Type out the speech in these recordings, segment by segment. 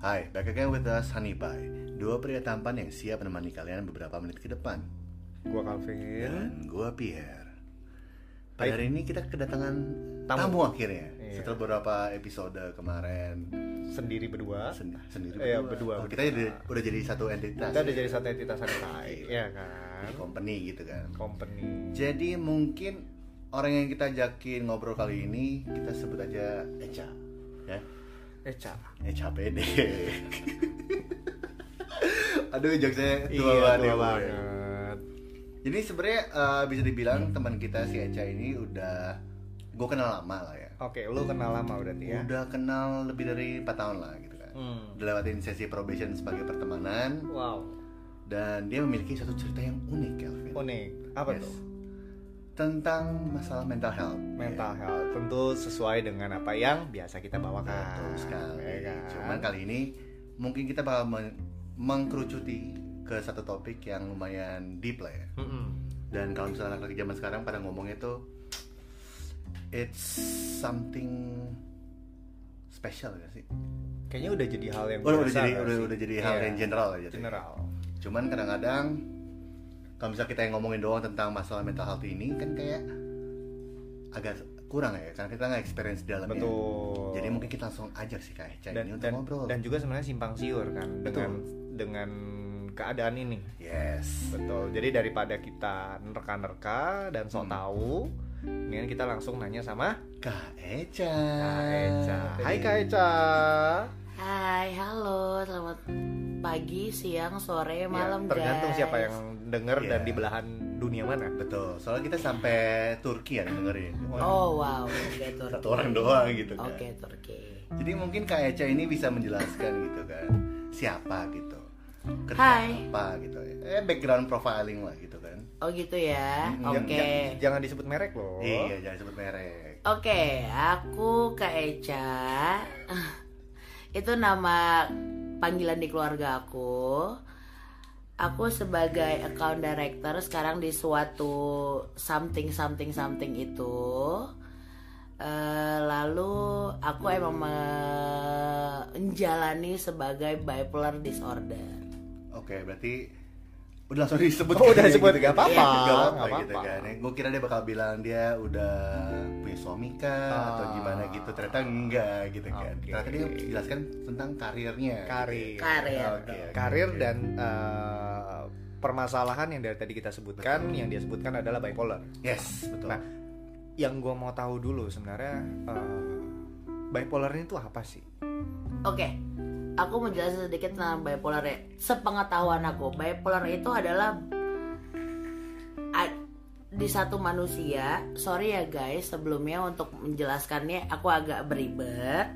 Hai, back again with us Honey Pie. Dua pria tampan yang siap menemani kalian beberapa menit ke depan. Gua Calvin Dan gua Pierre. Pada hari ini kita kedatangan tamu akhirnya. Iya. Setelah beberapa episode kemarin sendiri berdua. sendiri Iya, berdua. berdua. Kita udah jadi satu entitas. Kita udah jadi satu entitas Honey Pie, ya kan? Company gitu kan. Company. Jadi mungkin orang yang kita ajakin ngobrol kali ini kita sebut aja Echa, ya. Echa PD. Aduh, jokesnya tua banget. Jadi sebenarnya bisa dibilang teman kita si Echa ini udah gue kenal lama lah ya. Oke, lu kenal lama berarti ya? Udah kenal lebih dari 4 tahun lah gitu kan. Udah lewatin sesi probation sebagai pertemanan. Wow. Dan dia memiliki satu cerita yang unik, Kelvin. Unik. Apa tuh? Tentang masalah mental health. Mental health. Tentu sesuai dengan apa yang biasa kita bawakan. Betul sekali. Ya kan? Cuman kali ini mungkin kita bakal mengkerucuti ke satu topik yang lumayan deep lah ya. Dan kalau misalnya anak-anak zaman sekarang pada ngomongnya tuh it's something special gak sih? Kayaknya udah jadi hal yang udah jadi hal yang general aja. General. Cuman kadang-kadang kalau misalnya kita yang ngomongin doang tentang masalah mental health ini kan kayak agak kurang ya, karena kita nggak experience di dalamnya. Betul. Jadi mungkin kita langsung ajak sih kayak Echa ini untuk ngobrol. Dan juga sebenarnya simpang siur kan dengan keadaan ini. Yes. Betul. Jadi daripada kita nerka-nerka dan sok tahu, mendingan kita langsung nanya sama Kak Echa. Hai Kak Echa. Hai, halo, selamat pagi, siang, sore, malam, tergantung guys. siapa yang denger dan Iya. di belahan dunia mana. Betul. Soalnya kita sampai Turki ya dengerin. Oh wow, oke Turki. Satu orang doang gitu kan. Oke, Turki. Jadi mungkin Kak Echa ini bisa menjelaskan gitu kan siapa gitu. Kerja Hai. apa gitu ya. Background profiling lah gitu kan. Oh gitu ya, oke. Jangan disebut merek loh. Iya, jangan sebut merek. Oke, aku Kak Echa. Itu nama panggilan di keluarga aku. Aku sebagai account director sekarang di suatu something itu. Lalu aku emang menjalani sebagai bipolar disorder. Oke, berarti udah langsung disebut. Oh, udah kayak disebut, gitu. gak apa-apa. Gak apa-apa Gak gitu apa-apa. kan. Gue kira dia bakal bilang dia udah punya suami kah atau gimana gitu. Ternyata enggak gitu kan. Oke. Ternyata dia jelaskan tentang karirnya. Karir. Oke. Karir dan permasalahan yang dari tadi kita sebutkan, yang dia sebutkan adalah bipolar. Yes, betul. Nah, yang gue mau tahu dulu sebenarnya bipolar ini tuh apa sih? Oke, aku mau jelasin sedikit tentang bipolar ya. Sepengetahuan aku, bipolar itu adalah di satu manusia. Sorry ya guys, sebelumnya untuk menjelaskannya aku agak beribet.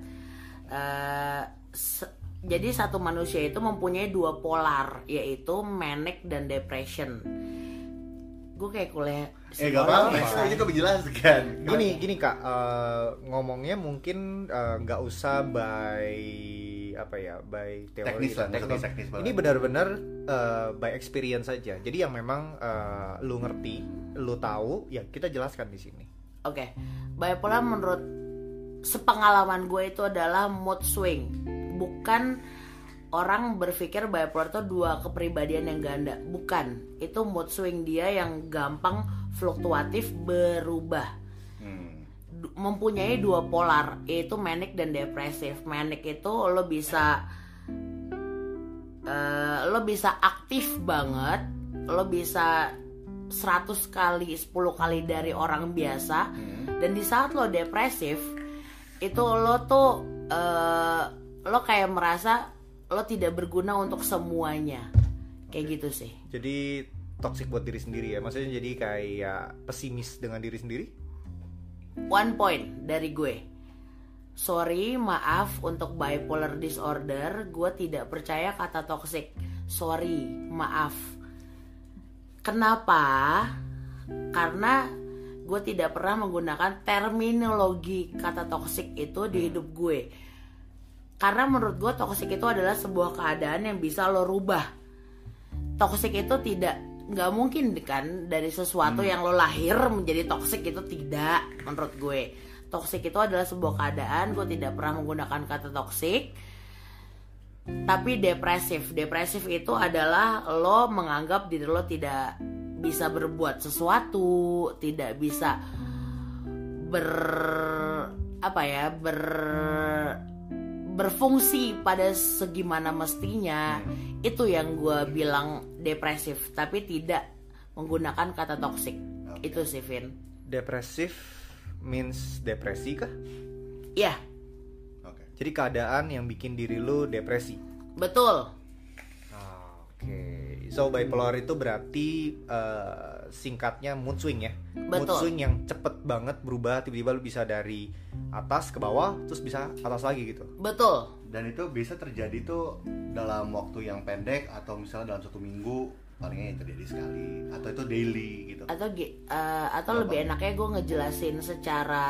Jadi satu manusia itu mempunyai dua polar, yaitu manic dan depression. Gue kayak kuliah Gak apa-apa, ini kok menjelaskan. Gini Kak, ngomongnya mungkin nggak usah by teori Teknis lah, dan nggak usah teknis banget. Ini benar-benar by experience saja. Jadi yang memang lu ngerti, lu tahu, ya kita jelaskan di sini. Oke, bipolar menurut sepengalaman gue itu adalah mood swing. Bukan orang berpikir bipolar itu dua kepribadian yang ganda. Bukan, itu mood swing dia yang gampang fluktuatif berubah. Mempunyai dua polar, yaitu manic dan depresif. Manic itu lo bisa aktif banget, lo bisa 100 kali, 10 kali dari orang biasa. Dan di saat lo depresif, itu lo tuh lo kayak merasa lo tidak berguna untuk semuanya. Kayak gitu sih. Jadi toxic buat diri sendiri ya. Maksudnya jadi kayak pesimis dengan diri sendiri. One point dari gue. Sorry, maaf untuk bipolar disorder, gue tidak percaya kata toxic. Sorry, maaf. Kenapa? Karena gue tidak pernah menggunakan terminologi kata toxic itu di hidup gue. Karena menurut gue toxic itu adalah sebuah keadaan yang bisa lo rubah. Toxic itu nggak mungkin kan dari sesuatu yang lo lahir menjadi toxic, itu tidak. Menurut gue toxic itu adalah sebuah keadaan. Gue tidak pernah menggunakan kata toxic. tapi depresif. Depresif itu adalah lo menganggap diri lo tidak bisa berbuat sesuatu, tidak bisa berfungsi pada segimana mestinya. Itu yang gue bilang depresif, tapi tidak menggunakan kata toxic. Itu sih, Vin. Depresif means depresi kah? Iya. Jadi keadaan yang bikin diri lu depresi. Betul. Oke. So bipolar itu berarti singkatnya mood swing ya. Betul. Mood swing yang cepet banget berubah, tiba-tiba lu bisa dari atas ke bawah terus bisa atas lagi gitu. Betul. Dan itu bisa terjadi tuh dalam waktu yang pendek atau misalnya dalam 1 minggu, palingnya yang terjadi sekali, atau itu daily gitu. Atau lebih enaknya gue ngejelasin secara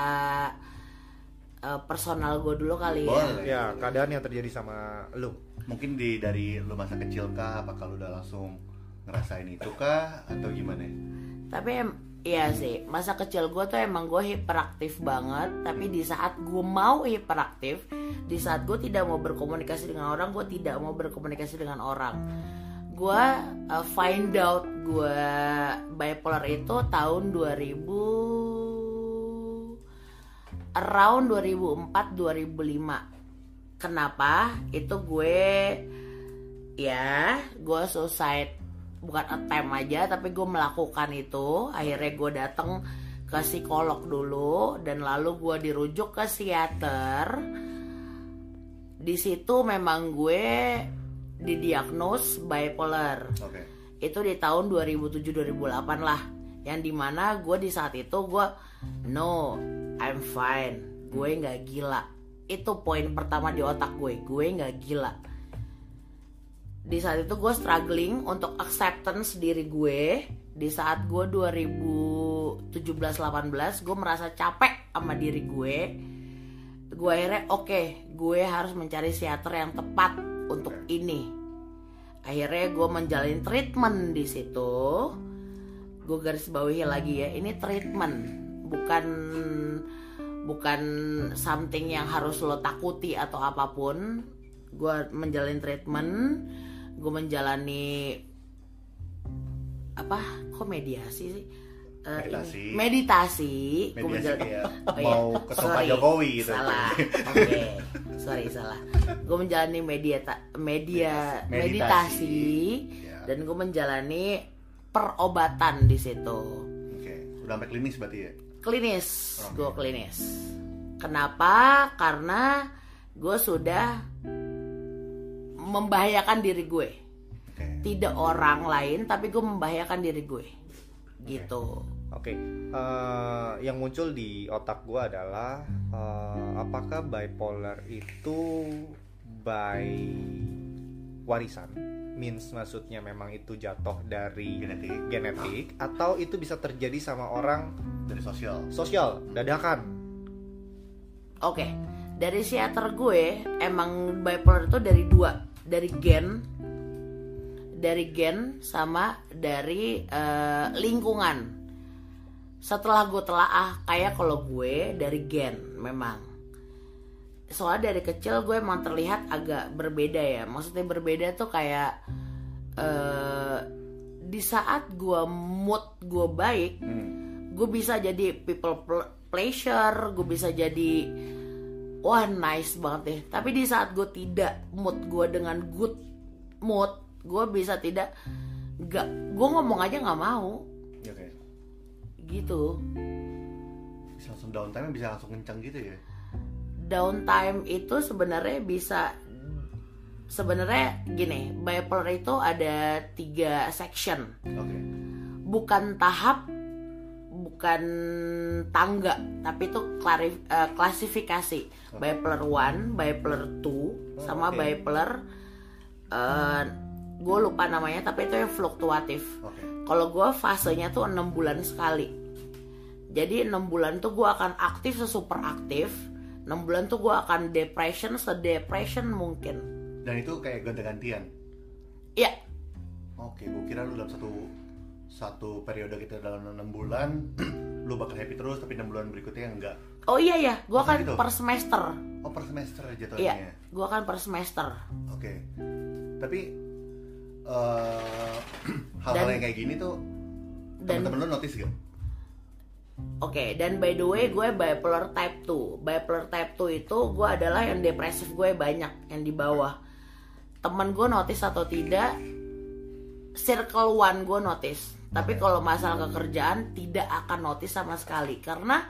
personal gue dulu kali ya. Boleh. Ya, keadaan yang terjadi sama lu. Mungkin dari lu masa kecil kah, apakah lu udah langsung ngerasain itu kah, atau gimana? Tapi iya sih, masa kecil gue tuh emang gue hiperaktif banget. Tapi di saat gue mau hiperaktif, di saat gue tidak mau berkomunikasi dengan orang, gue tidak mau berkomunikasi dengan orang. Gue find out gue bipolar itu tahun 2004-2005. Kenapa? Itu gue suicide, bukan attempt aja, tapi gue melakukan itu. Akhirnya gue datang ke psikolog dulu, dan lalu gue dirujuk ke psikiater. Di situ memang gue didiagnos bipolar. Itu di tahun 2007-2008 lah, yang dimana gue di saat itu gue no, I'm fine, gue nggak gila. Itu poin pertama di otak gue nggak gila. Di saat itu gue struggling untuk acceptance diri gue. Di saat gue 2017-18 gue merasa capek sama diri gue akhirnya gue harus mencari psikiater yang tepat untuk ini. Akhirnya gue menjalin treatment di situ. Gue garis bawahi lagi ya, ini treatment, bukan something yang harus lo takuti atau apapun. Gue menjalin treatment, gue menjalani mediasi sih. Meditasi. Gue mau ketemu Pak Jokowi gitu. Salah. Salah. Gue menjalani meditasi. Dan gue menjalani perobatan di situ. Udah sampai klinis berarti ya? Klinis. Gue klinis. Kenapa? Karena gue sudah membahayakan diri gue. Tidak orang lain, tapi gue membahayakan diri gue. Gitu. Yang muncul di otak gue adalah apakah bipolar itu by warisan? Means maksudnya memang itu jatuh dari genetik atau itu bisa terjadi sama orang dari sosial dadakan. Dari psikiater gue emang bipolar itu dari gen sama dari lingkungan. Setelah gue telaah, kayak kalau gue dari gen memang. Soalnya dari kecil gue emang terlihat agak berbeda ya. Maksudnya berbeda tuh kayak di saat gue mood gue baik, gue bisa jadi people pleasure, gue bisa jadi wah nice banget deh. Tapi di saat gue tidak mood gue dengan good mood, gue bisa gue ngomong aja nggak mau. Gitu. Bisa langsung downtime, bisa langsung kencang gitu ya. Downtime itu sebenarnya gini, bipolar itu ada 3 section. Bukan tahap, bukan tangga, tapi itu klasifikasi. Bipolar 1, bipolar 2, sama bipolar gue lupa namanya, tapi itu yang fluktuatif. Kalau gue fasenya tuh 6 bulan sekali. Jadi 6 bulan tuh gue akan aktif sesuper aktif, 6 bulan tuh gue akan sedepression mungkin. Dan itu kayak ganti-gantian? Iya. Gue kira lu dalam satu periode kita dalam 6 bulan lu bakal happy terus, tapi 6 bulan berikutnya enggak. Iya, gue akan gitu? Per semester. Oh, per semester jatuhnya. Iya, gue kan per semester. Oke. Tapi hal-hal yang kayak gini tuh temen-temen lo notice gak? Oke, dan by the way gue bipolar type 2. Bipolar type 2 itu gue adalah yang depresif gue banyak, yang di bawah. Temen gue notice atau tidak, circle one gue notice. Tapi kalau masalah kekerjaan tidak akan notice sama sekali. Karena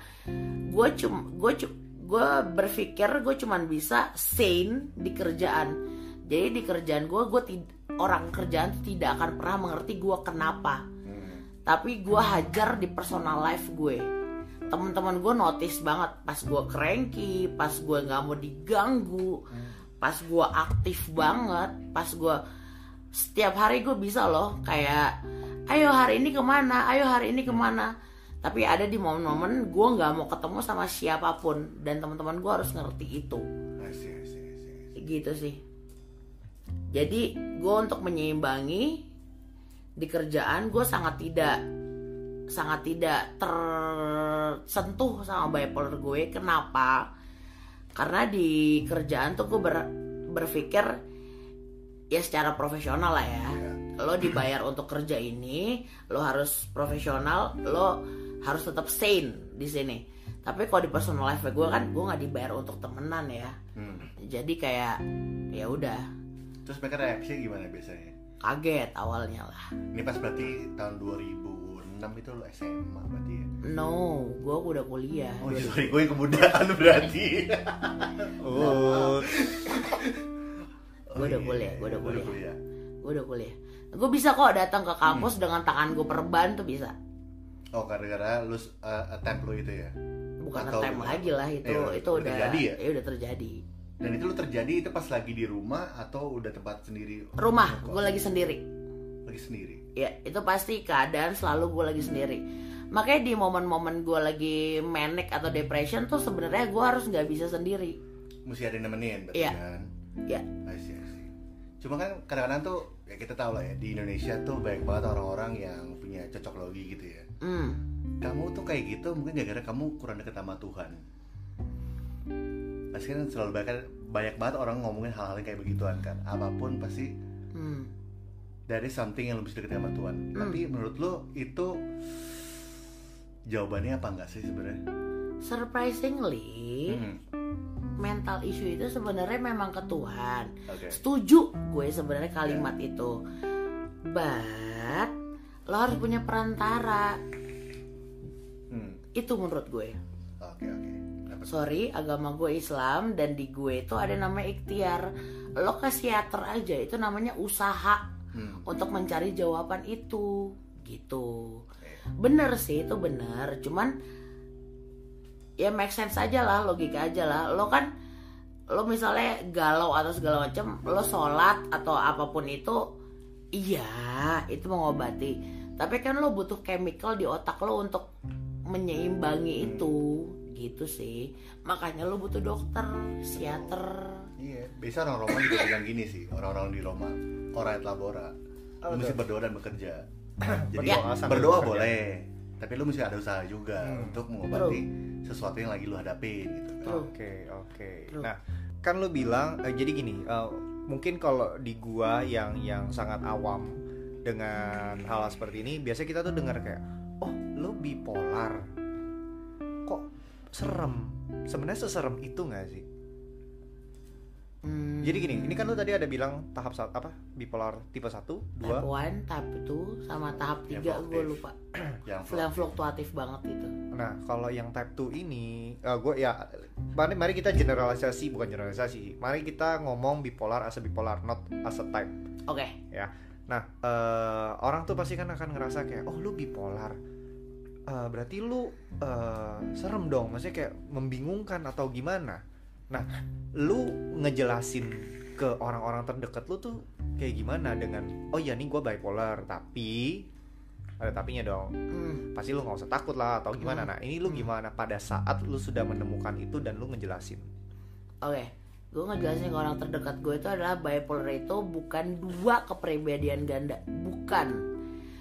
gue berpikir gue cuman bisa sane di kerjaan. Jadi di kerjaan gue orang kerjaan tidak akan pernah mengerti gue kenapa. Tapi gue hajar di personal life gue. Teman-teman gue notice banget pas gue cranky, pas gue nggak mau diganggu, pas gue aktif banget, pas gue setiap hari gue bisa loh kayak ayo hari ini kemana. Tapi ada di momen-momen gue nggak mau ketemu sama siapapun dan teman-teman gue harus ngerti itu. Gitu sih. Jadi gue untuk menyeimbangi di kerjaan gue sangat tidak tersentuh sama bipolar gue. Kenapa? Karena di kerjaan tuh gue berpikir ya secara profesional lah ya. Lo dibayar untuk kerja ini, lo harus profesional, lo harus tetap sane di sini. Tapi kalau di personal life gue kan gue nggak dibayar untuk temenan ya. Jadi kayak ya udah. Terus mereka reaksi gimana biasanya? Kaget awalnya lah. Ini pas berarti tahun 2006 itu lo SMA berarti ya? No, gue udah kuliah. Oh sorry, gue yang kebudayaan berarti. Gue udah kuliah. Gue bisa kok datang ke kampus dengan tangan gue perban tuh bisa. Oh gara-gara lu attempt lu itu ya? Bukan attempt lagi lah itu udah terjadi ya? Ya udah terjadi. Dan itu lu terjadi itu pas lagi di rumah atau udah tempat sendiri? Rumah, gue lagi sendiri. Lagi sendiri? Ya itu pasti keadaan selalu gue lagi sendiri. Makanya di momen-momen gue lagi manic atau depression tuh sebenarnya gue harus nggak bisa sendiri. Mesti ada yang nemenin berarti kan? Iya. I see. Cuma kan kadang-kadang tuh ya kita tahu lah ya di Indonesia tuh banyak banget orang-orang yang punya cocok logi gitu ya. Kamu tuh kayak gitu mungkin gara-gara kamu kurang dekat sama Tuhan. Pasti kan selalu banyak banget orang ngomongin hal-hal yang kayak begituan kan. Apapun pasti dari something yang lebih dekat sama Tuhan. Tapi menurut lo itu jawabannya apa enggak sih sebenarnya? Surprisingly, mental issue itu sebenarnya memang ke Tuhan. Okay. Setuju gue sebenarnya kalimat itu. But lo harus punya perantara. Itu menurut gue. Oke. Sorry, agama gue Islam dan di gue itu ada namanya ikhtiar. Lo ke psikiater aja itu namanya usaha untuk mencari jawaban itu, gitu. Bener sih itu bener. Cuman ya make sense aja lah, logika aja lah. Lo misalnya galau atau segala macam, lo sholat atau apapun itu, iya itu mengobati. Tapi kan lo butuh chemical di otak lo untuk menyeimbangi itu. Gitu sih, makanya lo butuh dokter, psikiater. Iya, biasa orang Roma juga bilang gini sih, orang-orang di Roma, ora et labora, lo mesti berdoa dan bekerja. Jadi berdoa boleh, tapi lo mesti ada usaha juga untuk mengobati sesuatu yang lagi lo hadapin gitu kan. Oke. Nah, kan lo bilang jadi gini, mungkin kalau di gua yang sangat awam dengan hal seperti ini, biasa kita tuh dengar kayak, oh lo bipolar, kok serem. Sebenarnya seserem itu nggak sih? Jadi gini, ini kan lu tadi ada bilang tahap apa? Bipolar tipe 1, 2, tahap 1, tahap 2 sama tahap 3 gue lupa. yang fluktuatif banget itu. Nah, kalau yang type 2 ini gue ya mari kita generalisasi, bukan generalisasi. Mari kita ngomong bipolar as a bipolar, not as a type. Oke. Ya. Nah, orang tuh pasti kan akan ngerasa kayak, oh lu bipolar. Berarti lu serem dong, maksudnya kayak membingungkan atau gimana. Nah, lu ngejelasin ke orang-orang terdekat lu tuh kayak gimana dengan, oh ya nih gue bipolar, tapi ada tapinya dong. Pasti lu gak usah takut lah atau gimana. Nah ini lu gimana pada saat lu sudah menemukan itu dan lu ngejelasin? Oke, gue ngejelasin ke orang terdekat gue itu adalah bipolar itu bukan 2 kepribadian ganda, bukan.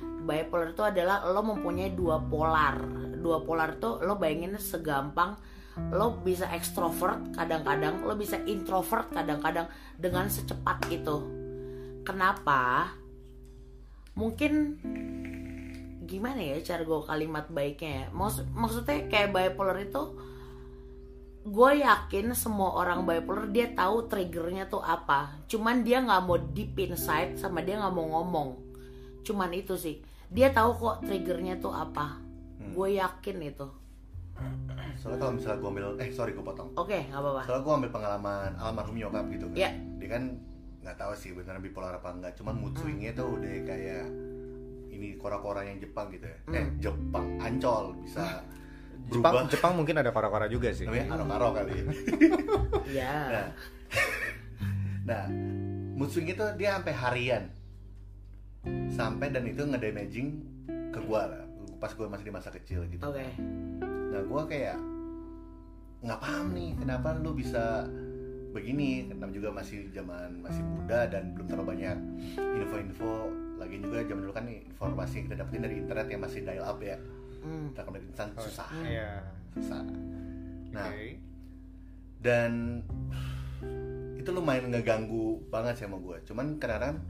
Bipolar itu adalah lo mempunyai 2 polar. 2 polar tuh lo bayangin segampang lo bisa ekstrovert kadang-kadang, lo bisa introvert kadang-kadang dengan secepat itu. Kenapa? Mungkin gimana ya cara gue kalimat baiknya ya, maksudnya kayak bipolar itu, gue yakin semua orang bipolar dia tahu triggernya tuh apa, cuman dia nggak mau deep inside sama dia nggak mau ngomong, cuman itu sih, dia tahu kok triggernya tuh apa. Gue yakin itu. Soalnya kalau misalnya gue ambil, sorry gue potong. Oke, nggak apa-apa. Soalnya gue ambil pengalaman almarhum nyokap gitu kan. Yeah. Dia kan nggak tahu sih beneran bipolar apa enggak, cuman mood swingnya tuh udah kayak ini kora-kora yang Jepang gitu ya. Jepang, Ancol bisa berubah. Jepang mungkin ada kora-kora juga sih. Namanya aro-aro kali ya. Iya. Nah, mood swing itu dia sampai harian. Sampai dan itu ngedamaging ke gue lah. Pas gue masih di masa kecil gitu. Oke. Nah gue kayak nggak paham nih kenapa lu bisa begini, karena juga masih muda dan belum terlalu banyak info-info. Lagi juga zaman dulu kan nih informasi yang kita dapetin dari internet yang masih dial up ya. Kita kontak instan susah. Susah. Nah, dan itu lumayan ngeganggu banget sih sama gue. Cuman kadang-kadang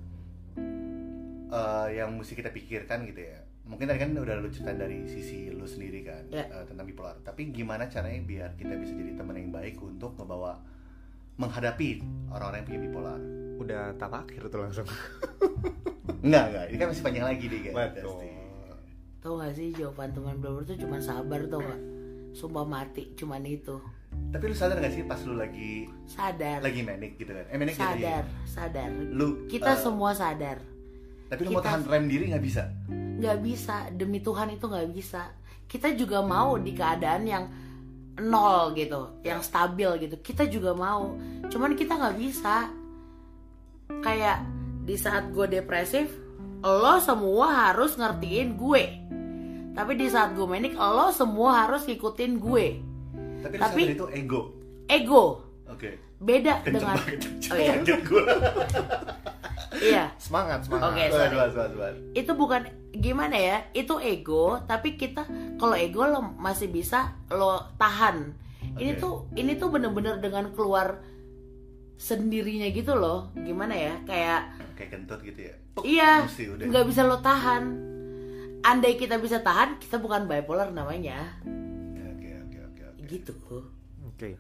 yang mesti kita pikirkan gitu ya, mungkin tadi kan udah lu ceritain dari sisi lu sendiri kan, tentang bipolar. Tapi gimana caranya biar kita bisa jadi teman yang baik untuk menghadapi orang-orang yang punya bipolar? Udah tahap akhir tuh langsung. Enggak, ini kan masih panjang lagi nih kan. Tau gak sih jawaban teman bipolar tuh cuma sabar, tau gak? Sumpah mati, cuman itu. Tapi lu sadar gak sih pas lu lagi manic gitu kan? Manic sadar. Kita semua sadar. Tapi lu mau tahan rem diri gak bisa? Gak bisa, demi Tuhan itu gak bisa. Kita juga mau di keadaan yang nol gitu, yang stabil gitu. Kita juga mau, cuman kita gak bisa. Kayak di saat gue depresif, lo semua harus ngertiin gue. Tapi di saat gue manic, lo semua harus ngikutin gue. Tapi itu ego. Oke. Beda dengan Iya. Semangat. Oke, itu bukan gimana ya? Itu ego, tapi kita kalau ego lo masih bisa lo tahan. Ini tuh bener-bener dengan keluar sendirinya gitu loh. Gimana ya? Kayak kentut gitu ya. Iya. Nggak bisa lo tahan. Andai kita bisa tahan, kita bukan bipolar namanya. Oke. Gitu. Oke.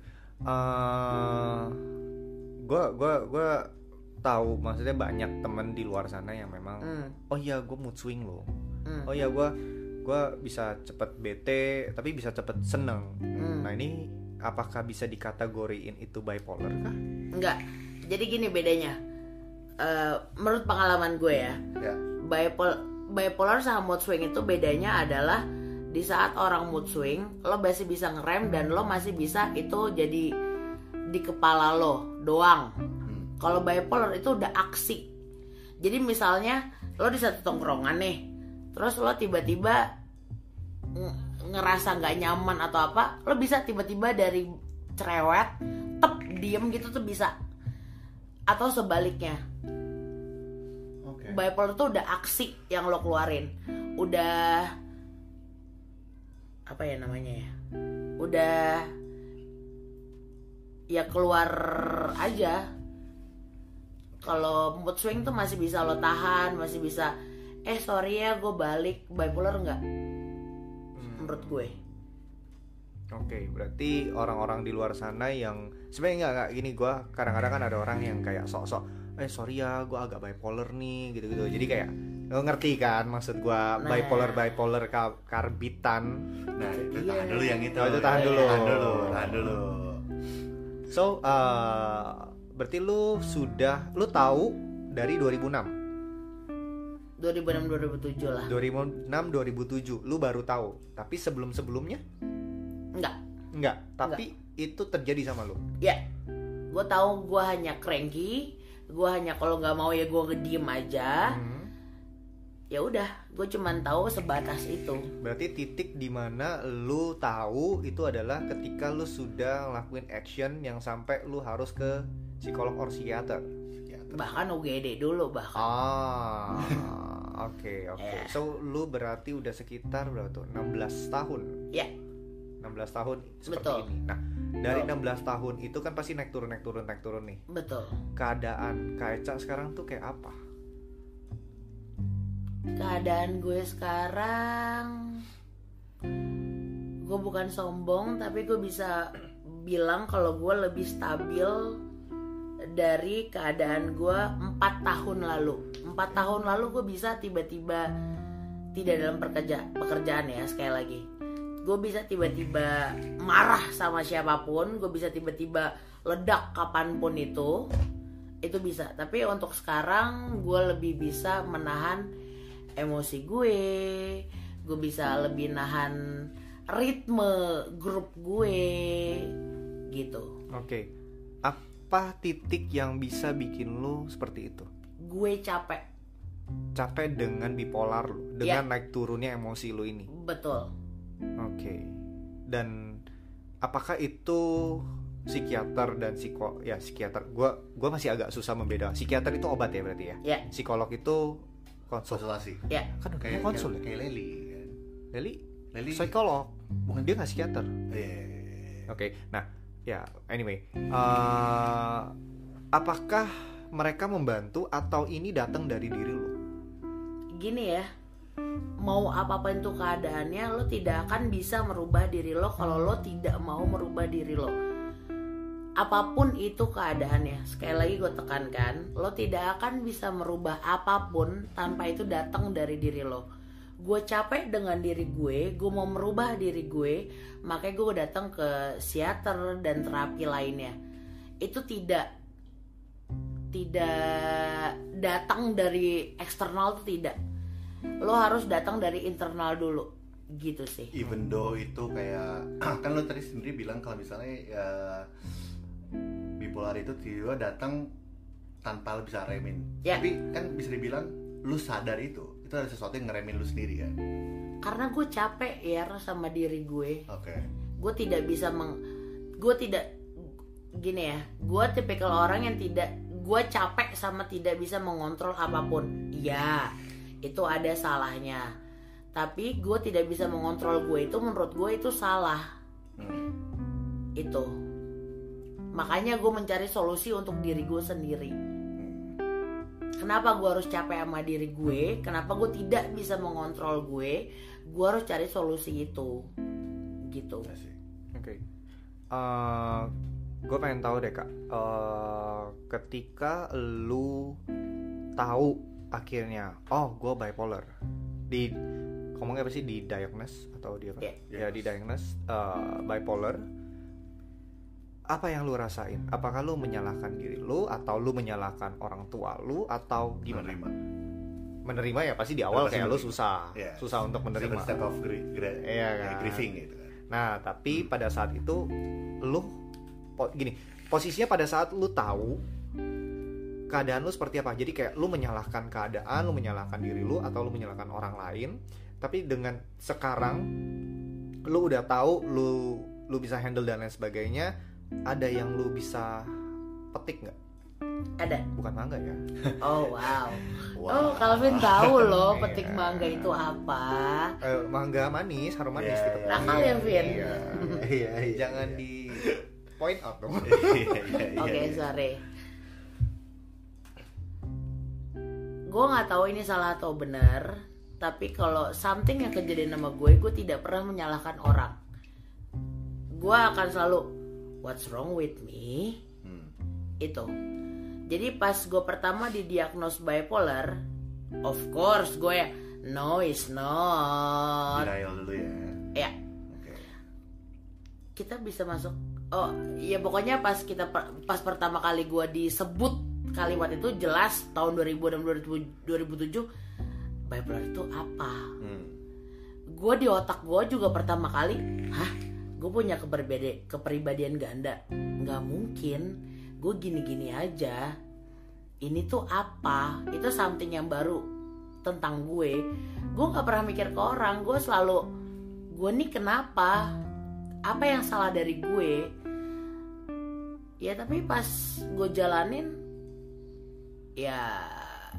Gue tahu, maksudnya banyak temen di luar sana yang memang oh iya gue mood swing loh, oh iya gue bisa cepet bete tapi bisa cepet seneng. Nah ini apakah bisa dikategoriin itu bipolar kah? Enggak, jadi gini bedanya. Menurut pengalaman gue ya. Bipolar sama mood swing itu bedanya adalah di saat orang mood swing lo masih bisa ngerem dan lo masih bisa itu jadi di kepala lo doang. Kalau bipolar itu udah aksi. Jadi misalnya lo di satu tongkrongan nih, terus lo tiba-tiba ngerasa nggak nyaman atau apa, lo bisa tiba-tiba dari cerewet, diem gitu tuh bisa. Atau sebaliknya. Bipolar tuh udah aksi yang lo keluarin, udah apa ya namanya ya, udah ya keluar aja. Kalau mood swing tuh masih bisa lo tahan, masih bisa sorry ya gue balik. Bipolar enggak, menurut gue. Oke, berarti orang-orang di luar sana yang sebenarnya enggak gini, gue kadang-kadang kan ada orang yang kayak sok-sok sorry ya gue agak bipolar nih gitu-gitu. Jadi kayak lo ngerti kan maksud gue, bipolar karbitan. Nah itu tahan dulu yang itu. Itu tahan dulu. So berarti lu tahu dari 2006 2007 lah. 2006 2007 lu baru tahu. Tapi sebelumnya? Enggak. Tapi itu terjadi sama lu. Ya. Gue tahu gue hanya cranky. Gue hanya kalau nggak mau ya gue ngediem aja. Ya udah, gue cuman tahu sebatas itu. Berarti titik dimana lu tahu itu adalah ketika lu sudah ngelakuin action yang sampai lu harus ke psikolog or psikiater. Bahkan UGD dulu bahkan. Oke. So lu berarti udah sekitar berapa tuh? 16 tahun. Ya. 16 tahun seperti Betul. ini. Nah, dari 16 tahun itu kan pasti naik turun nih. Betul. Keadaan Kak Eca sekarang tuh kayak apa? Keadaan gue sekarang, gue bukan sombong, tapi gue bisa bilang kalau gue lebih stabil dari keadaan gue 4 tahun lalu. 4 tahun lalu gue bisa tiba-tiba, tidak dalam pekerjaan ya, sekali lagi, gue bisa tiba-tiba marah sama siapapun, gue bisa tiba-tiba ledak kapanpun itu bisa. Tapi untuk sekarang gue lebih bisa menahan emosi gue bisa lebih nahan ritme grup gue gitu. Oke. Apa titik yang bisa bikin lu seperti itu? Gue capek Dengan bipolar lu, dengan naik turunnya emosi lu ini. Betul. Oke. Dan apakah itu psikiater dan psikiater? Gua masih agak susah membedakan. Psikiater itu obat ya berarti ya? Ya. Psikolog itu konsultasi. Ya. Kan Kayak konsul ya? Kayak Leli kan. Leli psikolog. Bukan, dia nggak psikiater. Oke. Nah, ya anyway, apakah mereka membantu atau ini datang dari diri lo? Gini ya, mau apapun itu keadaannya, lo tidak akan bisa merubah diri lo kalau lo tidak mau merubah diri lo. Apapun itu keadaannya, sekali lagi gue tekankan, lo tidak akan bisa merubah apapun tanpa itu datang dari diri lo. Gue capek dengan diri gue mau merubah diri gue, makanya gue datang ke psikiater dan terapi lainnya. Itu tidak datang dari eksternal, tuh tidak. Lo harus datang dari internal dulu, gitu sih. Even though itu kayak kan lo tadi sendiri bilang kalau misalnya bipolar itu tiba datang tanpa lo bisa remin. Tapi kan bisa dibilang lo sadar itu ada sesuatu yang ngeremin lo sendiri kan. Karena gue capek ya sama diri gue. Gue tidak bisa gini ya, gue tipikal orang yang gue capek sama tidak bisa mengontrol apapun. Ya, itu ada salahnya. Tapi gue tidak bisa mengontrol gue itu, menurut gue itu salah. Itu makanya gue mencari solusi untuk diri gue sendiri. Kenapa gue harus capek sama diri gue? Kenapa gue tidak bisa mengontrol gue? Gue harus cari solusi itu, gitu. Oke. Gue pengen tahu deh Kak, ketika lu tahu akhirnya, oh gue bipolar, ngomongnya apa sih, di diagnose atau di apa? Ya di diagnose bipolar. Apa yang lu rasain? Apakah lu menyalahkan diri lu atau lu menyalahkan orang tua lu atau gimana? Menerima ya pasti di awal kayak lu susah untuk menerima. Step of grieving gitu kan. Nah, tapi pada saat itu lu posisinya pada saat lu tahu keadaan lu seperti apa. Jadi kayak lu menyalahkan keadaan, lu menyalahkan diri lu atau lu menyalahkan orang lain. Tapi dengan sekarang lu udah tahu, lu bisa handle dan lain sebagainya. Ada yang lu bisa petik nggak? Ada. Bukan mangga ya? Oh wow. Oh Calvin tahu loh petik mangga itu apa? Mangga manis, harum manis gitu. Nakal ya Vin. Iya. Jangan di point out dong. Oke, sorry. Gue nggak tahu ini salah atau benar, tapi kalau something yang kejadian sama gue tidak pernah menyalahkan orang. Gue akan selalu what's wrong with me? Itu. Jadi pas gue pertama didiagnos bipolar, of course gue no it's not. Denial dulu ya. Ya. Kita bisa masuk. Oh ya pokoknya pas pertama kali gue disebut kalimat itu jelas tahun 2006 2007 bipolar itu apa? Gue di otak gue juga pertama kali, gue punya kepribadian ganda? Nggak mungkin. Gue gini-gini aja. Ini tuh apa? Itu something yang baru tentang gue. Gue nggak pernah mikir ke orang. Gue selalu, gue nih kenapa? Apa yang salah dari gue? Ya tapi pas gue jalanin, ya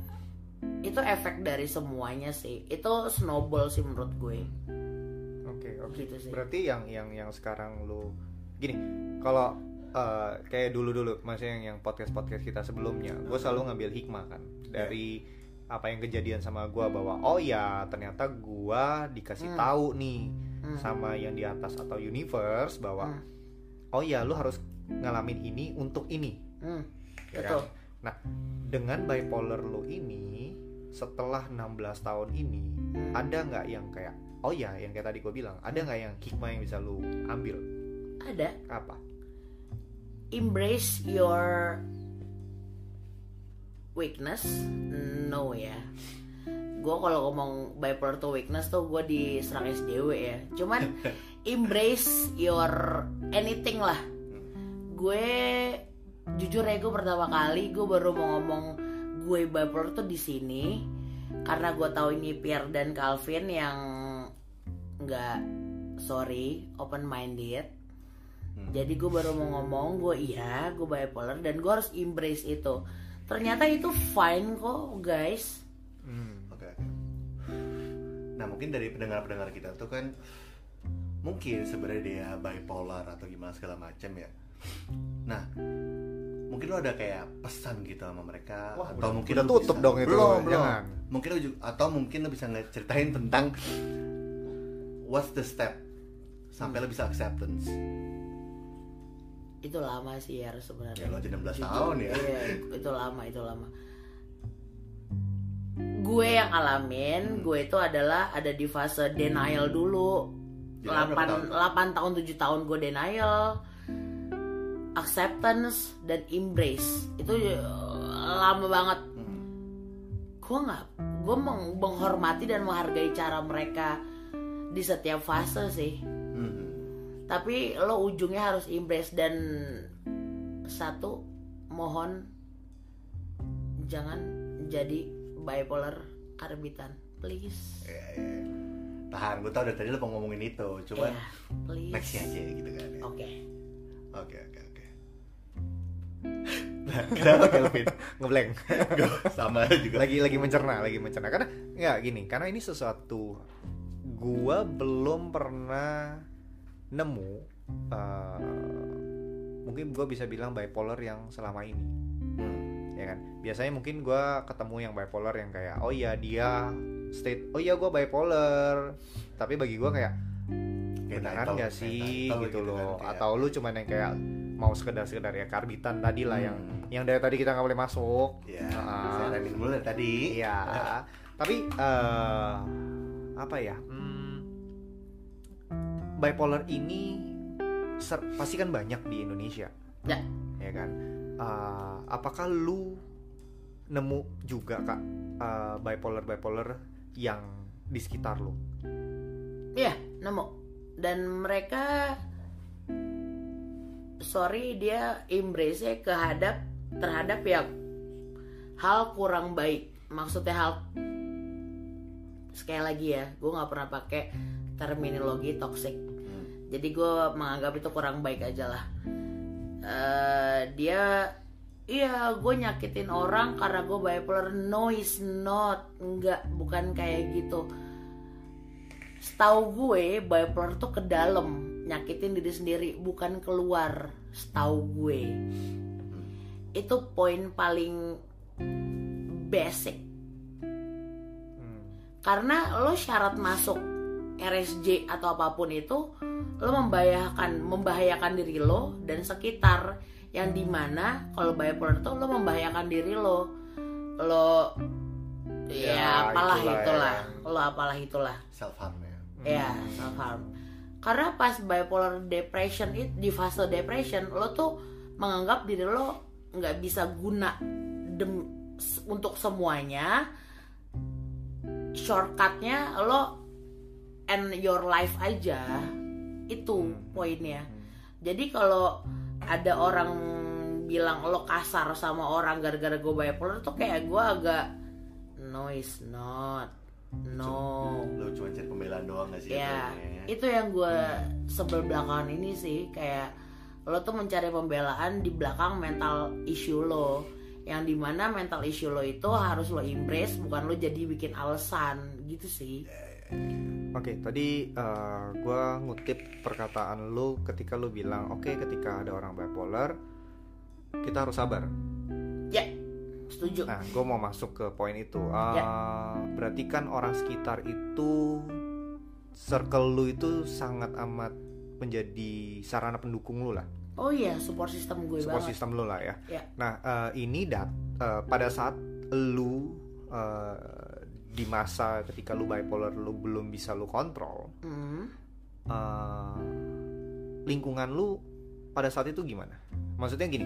itu efek dari semuanya sih. Itu snowball sih menurut gue. Oke. Gitu sih. Berarti yang sekarang lu gini, kalau kayak dulu maksudnya yang podcast kita sebelumnya, gue selalu ngambil hikmah kan dari apa yang kejadian sama gue, bahwa oh ya ternyata gue dikasih tahu nih sama yang di atas atau universe bahwa oh ya lu harus ngalamin ini untuk ini. Ya kan? Nah, dengan bipolar lu ini setelah 16 tahun ini, ada nggak yang kayak oh ya yang kayak tadi gue bilang, ada nggak yang hikmah yang bisa lu ambil? Ada. Apa? Embrace your weakness. No ya. Gue kalau ngomong bipolar to weakness tuh gue diserang SDW ya. Cuman embrace your anything lah. Gue jujur ya, gue pertama kali gue baru mau ngomong gue bipolar tuh di sini karena gue tahu ini Pierre dan Calvin yang nggak open minded. Jadi gue baru mau ngomong gue bipolar dan gue harus embrace itu. Ternyata itu fine kok guys. Oke. Nah mungkin dari pendengar kita tuh kan mungkin sebenarnya dia bipolar atau gimana segala macam ya. Nah mungkin lo ada kayak pesan gitu sama mereka. Wah, atau mungkin udah tutup bisa, dong itu. belum. Jangan. Mungkin lo bisa ngeceritain tentang what's the step sampai lo bisa acceptance. Itu lama sih ya sebenarnya. Ya lo aja 16 tahun ya. Iya, itu lama. Gue yang alamin, gue itu adalah ada di fase denial dulu. 8 tahun 7 tahun gue denial, acceptance dan embrace. Itu lama banget. Gue menghormati dan menghargai cara mereka di setiap fase sih. Tapi lo ujungnya harus embrace. Dan satu, mohon jangan jadi bipolar karbitan, please. Tahan, gue tau dari tadi lo mau ngomongin itu, cuman please. Nextnya aja gitu kan ya. Oke. Nah, kenapa Kelvin? Ngeblank. Sama juga. lagi mencerna karena nggak gini, karena ini sesuatu gua belum pernah nemu, mungkin gua bisa bilang bipolar yang selama ini, ya kan. Biasanya mungkin gua ketemu yang bipolar yang kayak oh ya dia state oh ya gua bipolar, tapi bagi gua kayak beneran nggak sih gitu loh, kan, atau lu cuman yang kayak mau sekedar ya karbitan tadi lah, yang dari tadi kita nggak boleh masuk. Saya remin dulu dari tadi. Iya. Tapi apa ya? Bipolar ini pasti kan banyak di Indonesia. Ya kan. Apakah lu nemu juga Kak bipolar yang di sekitar lu? Iya, nemu. Dan mereka dia embrace-nya terhadap yang hal kurang baik. Maksudnya sekali lagi ya, gue nggak pernah pakai terminologi toxic. Jadi gue menganggap itu kurang baik aja lah. Gue nyakitin orang karena gue bipolar. No, it's not. Enggak, bukan kayak gitu. Setahu gue bipolar tuh ke dalam, nyakitin diri sendiri, bukan keluar. Setahu gue itu poin paling basic. Karena lo syarat masuk RSJ atau apapun itu, lo membahayakan diri lo dan sekitar, yang dimana kalau bipolar tuh lo membahayakan diri lo apalah itulah self harm ya. Self harm. Karena pas bipolar depression itu, di fase depression, lo tuh menganggap diri lo nggak bisa guna untuk semuanya. Shortcutnya lo end your life aja. Itu poinnya. Jadi kalau ada orang bilang lo kasar sama orang gara-gara gue bipolar tuh kayak gue agak no, it's not. No. Lo cuma cari pembelaan doang gak sih? Ya, itu yang gue sebel belakangan ini sih. Kayak lo tuh mencari pembelaan di belakang mental issue lo, yang dimana mental issue lo itu harus lo embrace, bukan lo jadi bikin alasan gitu sih. Oke, tadi gue ngutip perkataan lu ketika lu bilang ketika ada orang bipolar kita harus sabar. Ya, setuju. Nah, gue mau masuk ke poin itu. Berarti kan orang sekitar itu, circle lu itu sangat amat menjadi sarana pendukung lu lah. Oh iya, support system gue support banget. system lu lah ya. Ya. Nah, ini pada saat lu di masa ketika lu bipolar lu belum bisa lu kontrol, lingkungan lu pada saat itu gimana? Maksudnya gini,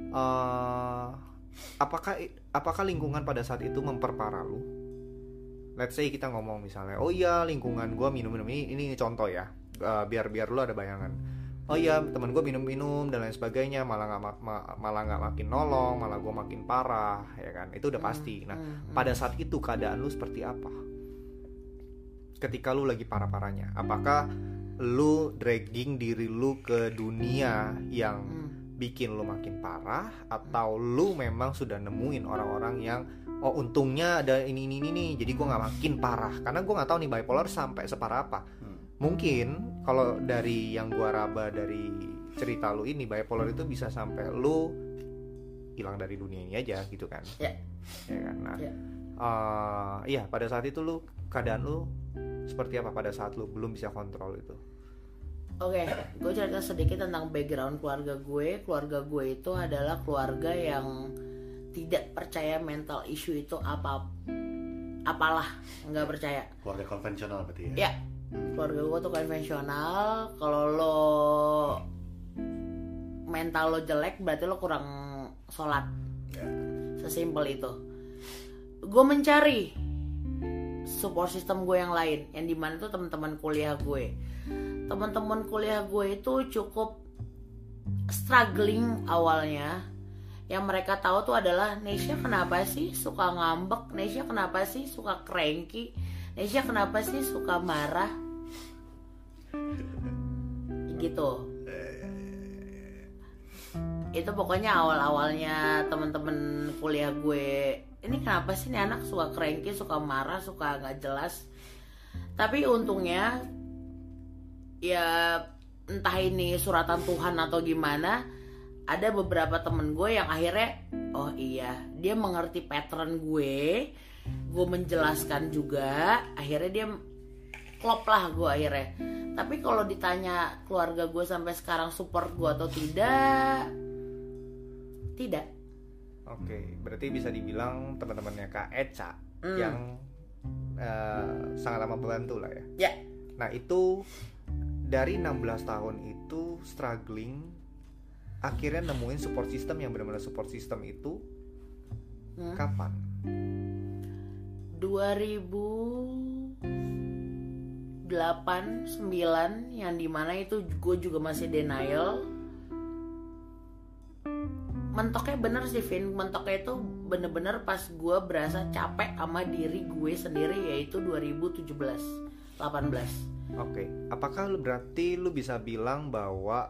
apakah lingkungan pada saat itu memperparah lu? Let's say kita ngomong misalnya, oh iya lingkungan gue minum ini contoh ya, biar lu ada bayangan. Oh iya teman gue minum dan lain sebagainya, malah nggak makin nolong, malah gue makin parah, ya kan? Itu udah pasti. Nah, pada saat itu keadaan lu seperti apa? Ketika lu lagi parah-parahnya, apakah lu dragging diri lu ke dunia yang bikin lu makin parah, atau lu memang sudah nemuin orang-orang yang untungnya ada ini jadi gue nggak makin parah? Karena gue nggak tahu nih bipolar sampai separah apa. Mungkin kalau dari yang gua raba dari cerita lu ini, bipolar itu bisa sampai lu hilang dari dunia ini aja gitu kan? Ya kan. Nah, iya pada saat itu lu keadaan lu seperti apa pada saat lu belum bisa kontrol itu? Oke, gue cerita sedikit tentang background keluarga gue. Keluarga gue itu adalah keluarga yang tidak percaya mental issue itu apalah, nggak percaya. Keluarga konvensional berarti ya? Ya. Keluarga gue tuh konvensional. Kalau lo mental lo jelek berarti lo kurang sholat. Sesimpel itu. Gue mencari support system gue yang lain, yang dimana tuh teman-teman kuliah gue. Teman-teman kuliah gue itu cukup struggling awalnya. Yang mereka tahu tuh adalah, Nesya kenapa sih suka ngambek, Nesya kenapa sih suka cranky, Nesya kenapa sih suka marah gitu. Itu pokoknya awal-awalnya teman-teman kuliah gue, ini kenapa sih nih anak suka cranky, suka marah, suka gak jelas. Tapi untungnya ya entah ini suratan Tuhan atau gimana, ada beberapa temen gue yang akhirnya oh iya, dia mengerti pattern gue menjelaskan juga, akhirnya dia klop lah gue akhirnya. Tapi kalau ditanya keluarga gue sampai sekarang support gue atau tidak. Oke, berarti bisa dibilang teman-temannya Kak Eca yang sangat amat membantu lah ya. Ya. Nah itu dari 16 tahun itu struggling, akhirnya nemuin support system yang benar-benar support system itu kapan? 2008-9, yang dimana itu gue juga masih denial. Mentoknya bener sih Vin, mentoknya itu bener-bener pas gue berasa capek sama diri gue sendiri, yaitu 2017-18. Oke, apakah berarti lu bisa bilang bahwa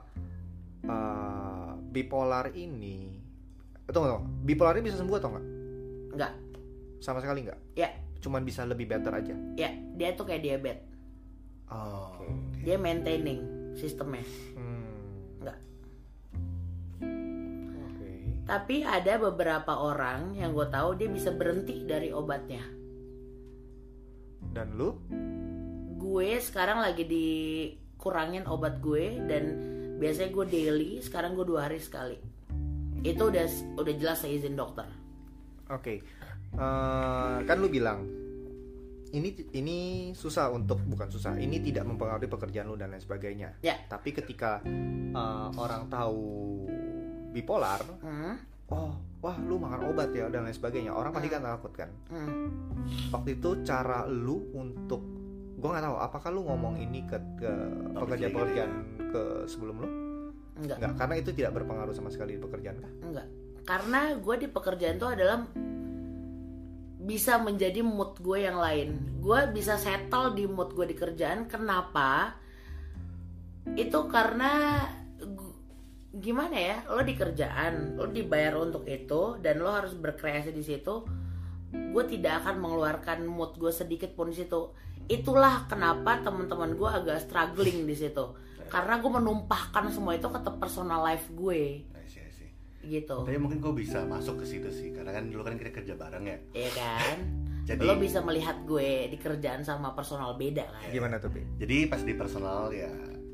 bipolar ini, tunggu, bipolar ini bisa sembuh atau enggak? Enggak. Sama sekali enggak? Ya. Cuman bisa lebih better aja? Ya, dia tuh kayak diabetes. Okay. Dia maintaining sistemnya. Enggak. Okay. Tapi ada beberapa orang yang gue tahu dia bisa berhenti dari obatnya. Dan lu? Gue sekarang lagi dikurangin obat gue, dan biasanya gue daily, sekarang gue 2 hari sekali. Itu udah jelas saya izin dokter. Oke. Kan lu bilang ini susah untuk, bukan susah, ini tidak mempengaruhi pekerjaan lu dan lain sebagainya. Ya. Tapi ketika orang tahu bipolar, wah lu makan obat ya dan lain sebagainya, orang pasti kan takut kan. Waktu itu cara lu untuk, gue nggak tahu apakah lu ngomong ini ke pekerjaan ke sebelum lu? Enggak, karena itu tidak berpengaruh sama sekali di pekerjaan kah? Enggak, karena gue di pekerjaan itu adalah bisa menjadi mood gue yang lain. Gue bisa settle di mood gue di kerjaan. Kenapa? Itu karena gimana ya? Lo di kerjaan, lo dibayar untuk itu, dan lo harus berkreasi di situ. Gue tidak akan mengeluarkan mood gue sedikit pun di situ. itulah kenapa teman-teman gue agak struggling di situ. Karena gue menumpahkan semua itu ke personal life gue. I see. Gitu. Tapi mungkin gue bisa masuk ke situ sih, karena kan dulu kan kita kerja bareng ya. Iya kan? Jadi, lo bisa melihat gue di kerjaan sama personal beda kan? Gimana tuh, Pi? Jadi pas di personal ya,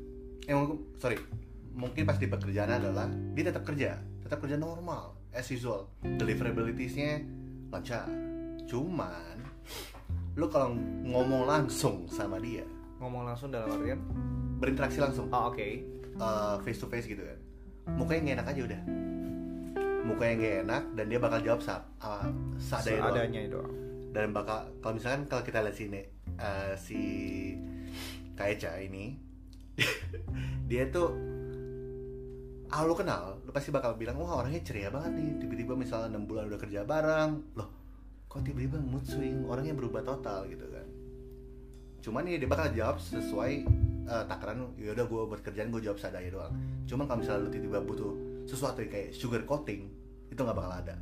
mungkin pas di pekerjaan adalah dia tetap kerja normal, as usual, deliverabilities-nya lancar. Cuman lo kalau ngomong langsung sama dia, Ngomong langsung dalam artian? berinteraksi langsung, Oh, oke. face to face gitu kan, mukanya nggak enak aja udah, mukanya nggak enak dan dia bakal jawab seadanya doang. Dan bakal kalau misalkan kalau kita lihat sini si Kak Eca ini dia tuh lu kenal, lu pasti bakal bilang wah orangnya ceria banget nih, tiba-tiba misalnya 6 bulan udah kerja bareng, loh kok tiba-tiba mood swing, orangnya berubah total gitu kan. Cuman ya dia bakal jawab sesuai takaran, yaudah gue buat kerjaan gue jawab seadanya doang. Cuman kalau misalnya lu tiba-tiba butuh sesuatu yang kayak sugar coating, itu nggak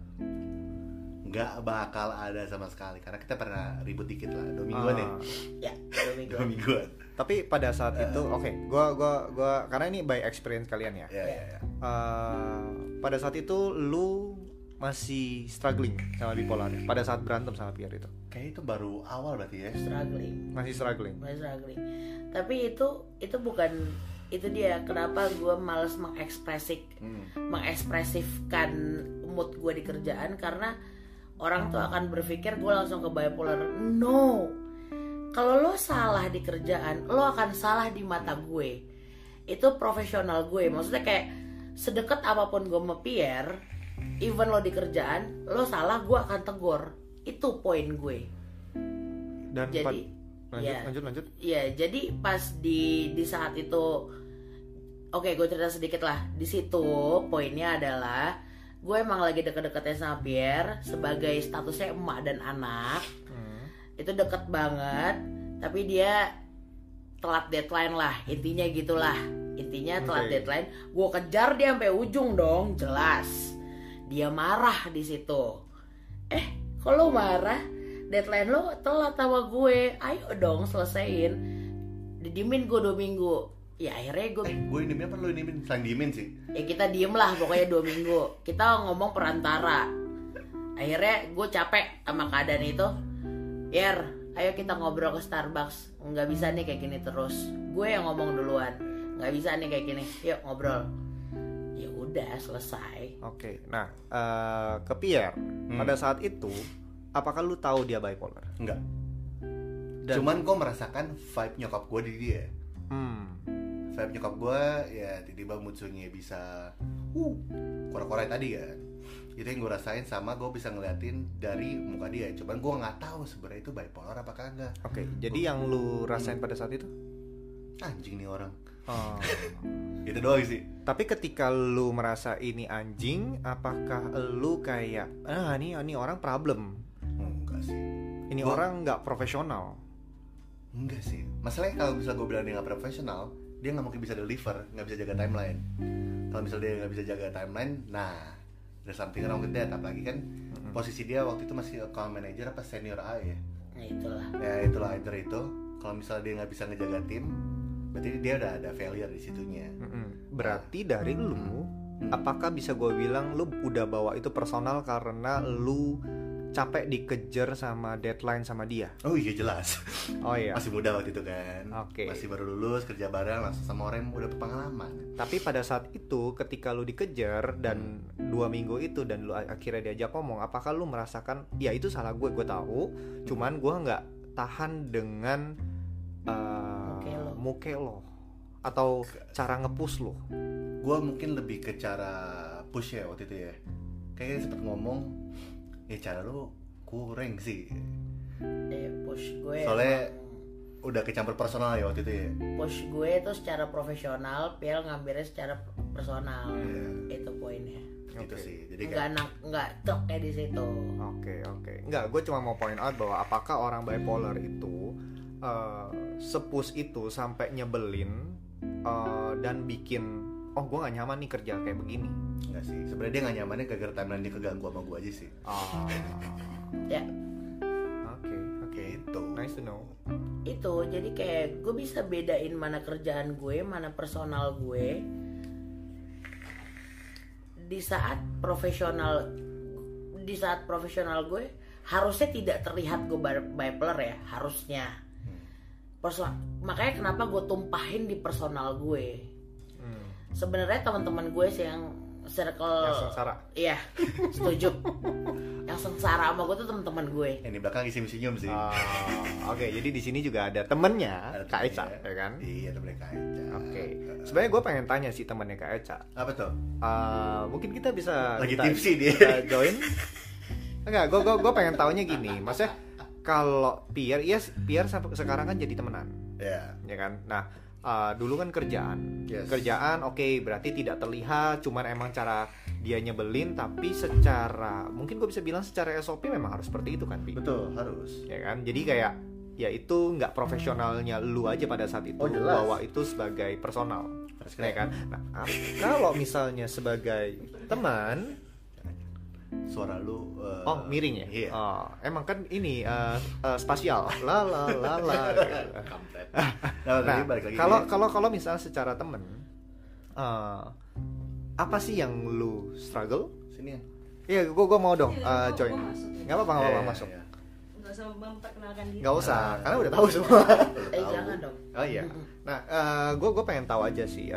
bakal ada sama sekali, karena kita pernah ribut dikit lah 2 mingguan Ya, 2 mingguan. Tapi pada saat itu, gua karena ini by experience kalian ya. Ya. Pada saat itu lu masih struggling sama bipolar ya? Pada saat berantem sama Pierre itu? Kayak itu baru awal berarti ya. Masih struggling. Tapi itu bukan, itu dia kenapa gue malas mengekspresifkan mood gue di kerjaan, karena orang tuh akan berpikir gue langsung ke bipolar. No, kalau lo salah di kerjaan, lo akan salah di mata gue. Itu profesional gue. Maksudnya kayak sedekat apapun gue sama Pierre, even lo di kerjaan, lo salah gue akan tegur. Itu poin gue. Dan jadi lanjut. Iya, jadi pas di saat itu, oke, gue cerita sedikit lah. Di situ poinnya adalah gue emang lagi deket-deketnya sama Pierre sebagai statusnya emak dan anak. Itu deket banget, tapi dia telat deadline lah, intinya gitulah. Intinya telat deadline, gue kejar dia sampai ujung dong, jelas. Dia marah di situ. Kalau marah, deadline lo telat sama gue, ayo dong selesain. Didiemin gue 2 minggu. Ya akhirnya gue diemin apa lo diemin? Selain diemin sih. Ya kita diem lah pokoknya 2 minggu. Kita ngomong perantara. Akhirnya gue capek sama keadaan itu. Ayo kita ngobrol ke Starbucks. Nggak bisa nih kayak gini terus. Gue yang ngomong duluan. Nggak bisa nih kayak gini. Yuk ngobrol. Ya udah selesai. Oke. Nah, ke Pierre, pada saat itu apakah lu tahu dia bipolar? Enggak. Cuman gue merasakan vibe nyokap gue di dia. Vibe nyokap gue ya tiba-tiba mood swing-nya bisa kora-kora tadi kan. Itu yang gue rasain, sama gue bisa ngeliatin dari muka dia. Cuman gue nggak tahu sebenarnya itu bipolar apa kagak. Oke, jadi yang lu rasain pada saat itu? Anjing nih orang. Itu doang sih. Tapi ketika lu merasa ini anjing, apakah lu kayak ini orang problem? Enggak sih. Ini orang nggak profesional. Enggak sih. Masalahnya kalau misalnya gue bilang dia nggak profesional, dia nggak mungkin bisa deliver, nggak bisa jaga timeline. Kalau misalnya dia nggak bisa jaga timeline, nah there's something wrong with that. Apalagi kan posisi dia waktu itu masih account manager apa senior A ya. Nah itulah. Ya itulah itu. Kalau misalnya dia nggak bisa ngejaga tim, berarti dia udah ada failure di situnya. Berarti dari lu, apakah bisa gue bilang lu udah bawa itu personal karena lu capek dikejar sama deadline sama dia? Oh iya jelas. Oh iya. Masih muda waktu itu kan. Oke. Masih baru lulus, kerja bareng langsung sama orang yang udah berpengalaman. Tapi pada saat itu ketika lu dikejar dan 2 minggu itu dan lu akhirnya diajak ngomong, apakah lu merasakan ya itu salah gue tahu, cuman gue nggak tahan dengan muke lo atau cara nge-push lo? Gue mungkin lebih ke cara push ya waktu itu ya. Kayaknya sempet ngomong, cara lo kurang sih. Push gue soalnya udah kecampur personal ya waktu itu ya. Push gue itu secara profesional, Pierre ngambilnya secara personal. Itu poinnya. Gitu sih. Jadi nggak cok kayak di situ. Oke. Nggak, gue cuma mau point out bahwa apakah orang bipolar itu sepush itu sampai nyebelin dan bikin gue nggak nyaman nih kerja kayak begini. Nggak sih, sebenarnya dia nggak nyamannya gara-gara timeline dia keganggu sama gue aja sih. Ya. Oke. Itu nice to know. Itu jadi kayak gue bisa bedain mana kerjaan gue, mana personal gue. Di saat profesional gue harusnya tidak terlihat gue bipolar ya, harusnya. Makanya kenapa gue tumpahin di personal gue. Sebenarnya teman-teman gue sih yang circle yang sengsara. Iya, setuju. Yang sengsara sama gue tuh teman-teman gue. Yang di belakang isi senyum sih. Oke, jadi di sini juga ada temennya Kak Eca, ya kan? Iya, temennya Kak Eca. Oke. Sebenarnya gue pengen tanya sih temennya Kak Eca. Apa tuh? Mungkin kita bisa lagi tipsy dia. Kita join. Enggak, gue pengen taunya gini. Maksudnya kalau Pierre sekarang kan jadi temenan. Iya. Ya kan? Nah, dulu kan kerjaan. Yes. Kerjaan oke, berarti tidak terlihat, cuman emang cara dia nyebelin, tapi secara mungkin gue bisa bilang secara SOP memang harus seperti itu kan, Pi? Betul, harus. Ya kan? Jadi kayak ya itu nggak profesionalnya lu aja pada saat itu, bahwa itu sebagai personal. Ya kan? Nah, kalau misalnya sebagai teman, suara lu miring ya? Iya. Emang kan ini spasial. La Nah, kalau misalnya secara temen, apa sih yang lu struggle? Sini ya. Iya, gue mau dong join. Nggak apa-apa masuk. Nggak usah memperkenalkan diri. Nggak usah, karena udah tahu semua. Jangan dong. Oh iya. Nah, gue pengen tahu aja sih.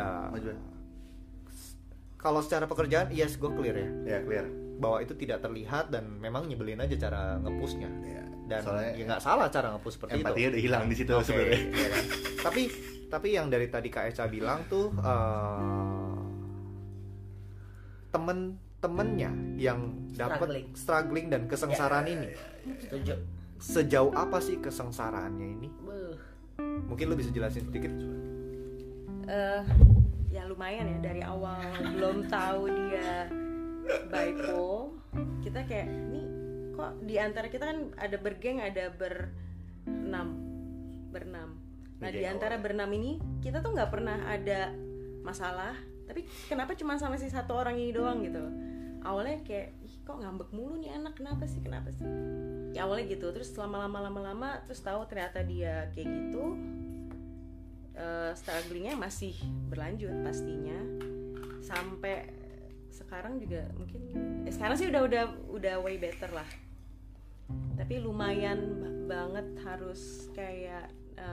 Kalau secara pekerjaan, yes, gue clear ya. Ya, clear. Bahwa itu tidak terlihat dan memang nyebelin aja cara nge-pushnya. Ya. Dan soalnya ya nggak salah cara nge-push seperti itu. Empatinya udah hilang di situ sebenarnya. Ya kan? Tapi yang dari tadi Kak Eca bilang tuh temen-temennya yang dapat struggling dan kesengsaraan ini. Setuju. Sejauh apa sih kesengsaraannya ini? Mungkin lu bisa jelasin sedikit? Ya lumayan ya, dari awal belum tahu dia bipo, kita kayak nih kok di antara kita kan ada bergeng, ada bernam. Nah di antara berenam ini kita tuh nggak pernah ada masalah, tapi kenapa cuma sama si satu orang ini doang gitu. Awalnya kayak kok ngambek mulu nih anak, kenapa sih ya awalnya gitu. Terus lama-lama terus tahu ternyata dia kayak gitu. Strugglingnya masih berlanjut pastinya sampai sekarang juga mungkin sekarang sih udah way better lah, tapi lumayan banget harus kayak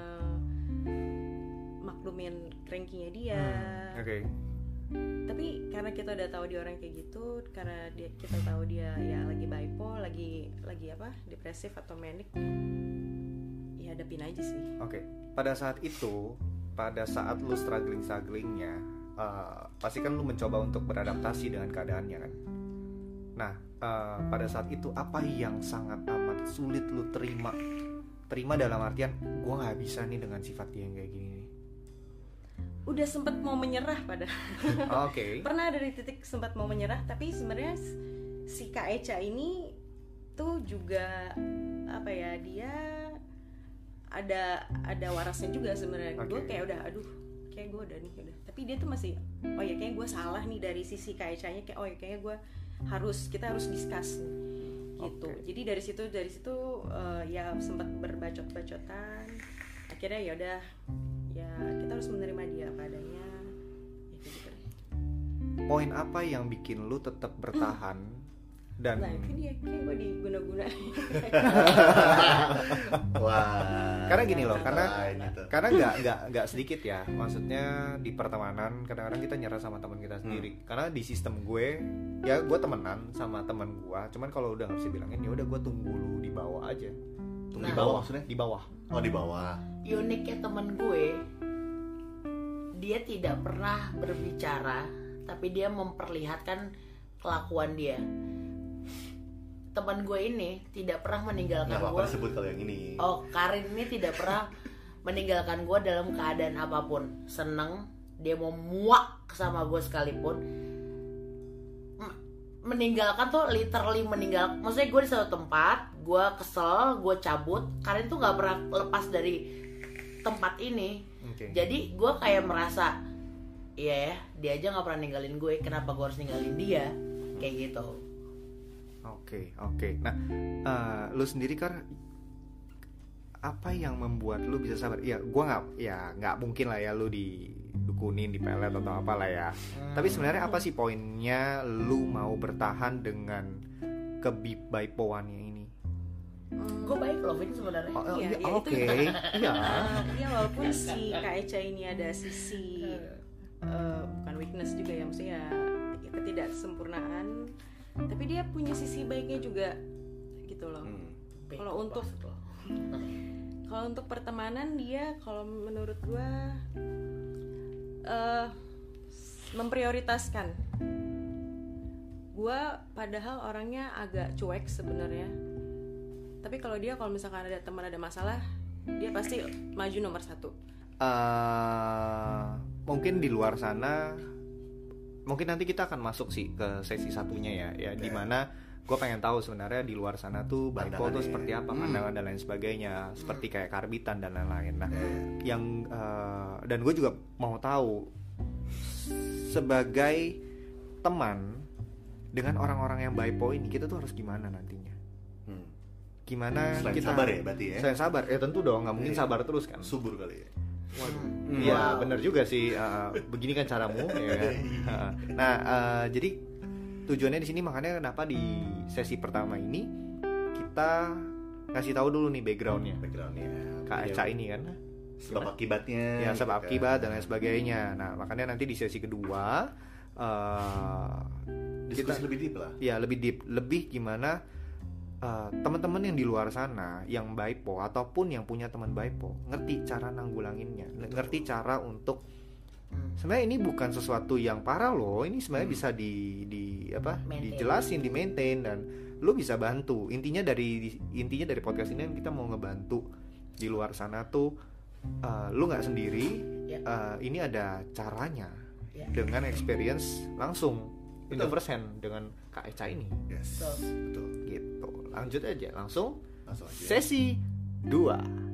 maklumin cranky-nya dia. Okay. Tapi karena kita udah tahu dia orang kayak gitu, karena kita tahu dia ya lagi bipo, lagi apa, depresif atau manic, ya hadapin aja sih. Oke. Pada saat lu strugglingnya, pasti kan lu mencoba untuk beradaptasi dengan keadaannya kan. Nah, pada saat itu apa yang sangat amat sulit lu terima dalam artian gue nggak bisa nih dengan sifat dia yang kayak gini nih. Udah sempet mau menyerah Oke. Pernah ada di titik sempat mau menyerah, tapi sebenarnya si Kak Eca ini tuh juga apa ya, dia ada warasnya juga sebenarnya. Okay. Gue kayak kayak gue udah nih udah. Tapi dia tuh masih kayak gue salah nih dari sisi Kak Eca-nya, kayak kayaknya kita harus discuss gitu. Okay. Jadi dari situ ya sempat berbacot-bacotan. Akhirnya ya udah, ya kita harus menerima dia apa adanya. Ya gitu deh. Poin apa yang bikin lu tetap bertahan? Dan nah itu dia, kayak gue diguna-guna. Wah. Karena gini loh, karena nggak sedikit ya, maksudnya di pertemanan kadang-kadang kita nyerah sama teman kita sendiri. Karena di sistem gue, ya gue temenan sama teman gue, cuman kalau udah nggak bisa bilangin ya udah gue tunggu lu di bawah aja. Tunggu di bawah maksudnya? Di bawah. Oh di bawah. Uniknya temen gue, dia tidak pernah berbicara, tapi dia memperlihatkan kelakuan dia. Teman gue ini tidak pernah meninggalkan gue. Sebut kalau yang ini. Oh, Karin ini tidak pernah meninggalkan gue dalam keadaan apapun. Seneng, dia mau muak sama gue sekalipun. Meninggalkan tuh literally meninggalkan. Maksudnya gue di satu tempat, gue kesel, gue cabut. Karin tuh nggak pernah lepas dari tempat ini. Okay. Jadi gue kayak merasa, iya ya, dia aja nggak pernah ninggalin gue. Kenapa gue harus ninggalin dia? Kayak gitu. Oke. Nah, lu sendiri kan apa yang membuat lu bisa sabar? Ya gua nggak mungkin lah ya lu didukunin, dipelet atau apalah ya. Tapi sebenarnya apa sih poinnya lu mau bertahan dengan kebaipoannya ini? Gue baik loh Vin sebenarnya. Oke. Iya. Iya, walaupun si Kak Echa ini ada sisi bukan weakness juga ya, maksudnya ya ketidaksempurnaan, tapi dia punya sisi baiknya juga gitu loh. Kalau untuk pertemanan dia, kalau menurut gua memprioritaskan. Gua padahal orangnya agak cuek sebenarnya, tapi kalau misalkan ada teman ada masalah, dia pasti maju nomor 1. Mungkin di luar sana, mungkin nanti kita akan masuk sih ke sesi satunya ya dimana gue pengen tahu sebenarnya di luar sana tuh bipo tuh seperti apa, pandangan dan lain sebagainya, seperti kayak karbitan dan lain-lain. Nah, yang dan gue juga mau tahu sebagai teman dengan orang-orang yang bipo ini, kita tuh harus gimana nantinya? Gimana selain kita sabar ya berarti ya? Selain sabar, tentu dong, nggak mungkin sabar terus kan? Subur kali ya. Waduh, iya benar juga sih. Begini kan caramu, ya kan? Nah, jadi tujuannya di sini makanya kenapa di sesi pertama ini kita kasih tahu dulu nih backgroundnya Kak Echa ini kan, sebab akibatnya. Ya sebab akibat dan lain sebagainya. Nah makanya nanti di sesi kedua diskusi lebih deep lah. Ya lebih deep, lebih gimana teman-teman yang di luar sana yang bipo ataupun yang punya teman bipo ngerti cara nanggulanginnya, ngerti cara untuk sebenarnya ini bukan sesuatu yang parah loh, ini sebenarnya bisa dijelasin, di maintain, dan lu bisa bantu. Intinya dari podcast ini kita mau ngebantu di luar sana tuh lu nggak sendiri. Ini ada caranya dengan experience langsung 100% dengan Kak Echa ini. Yes. Betul. Gitu. Lanjut aja langsung aja. Sesi 2.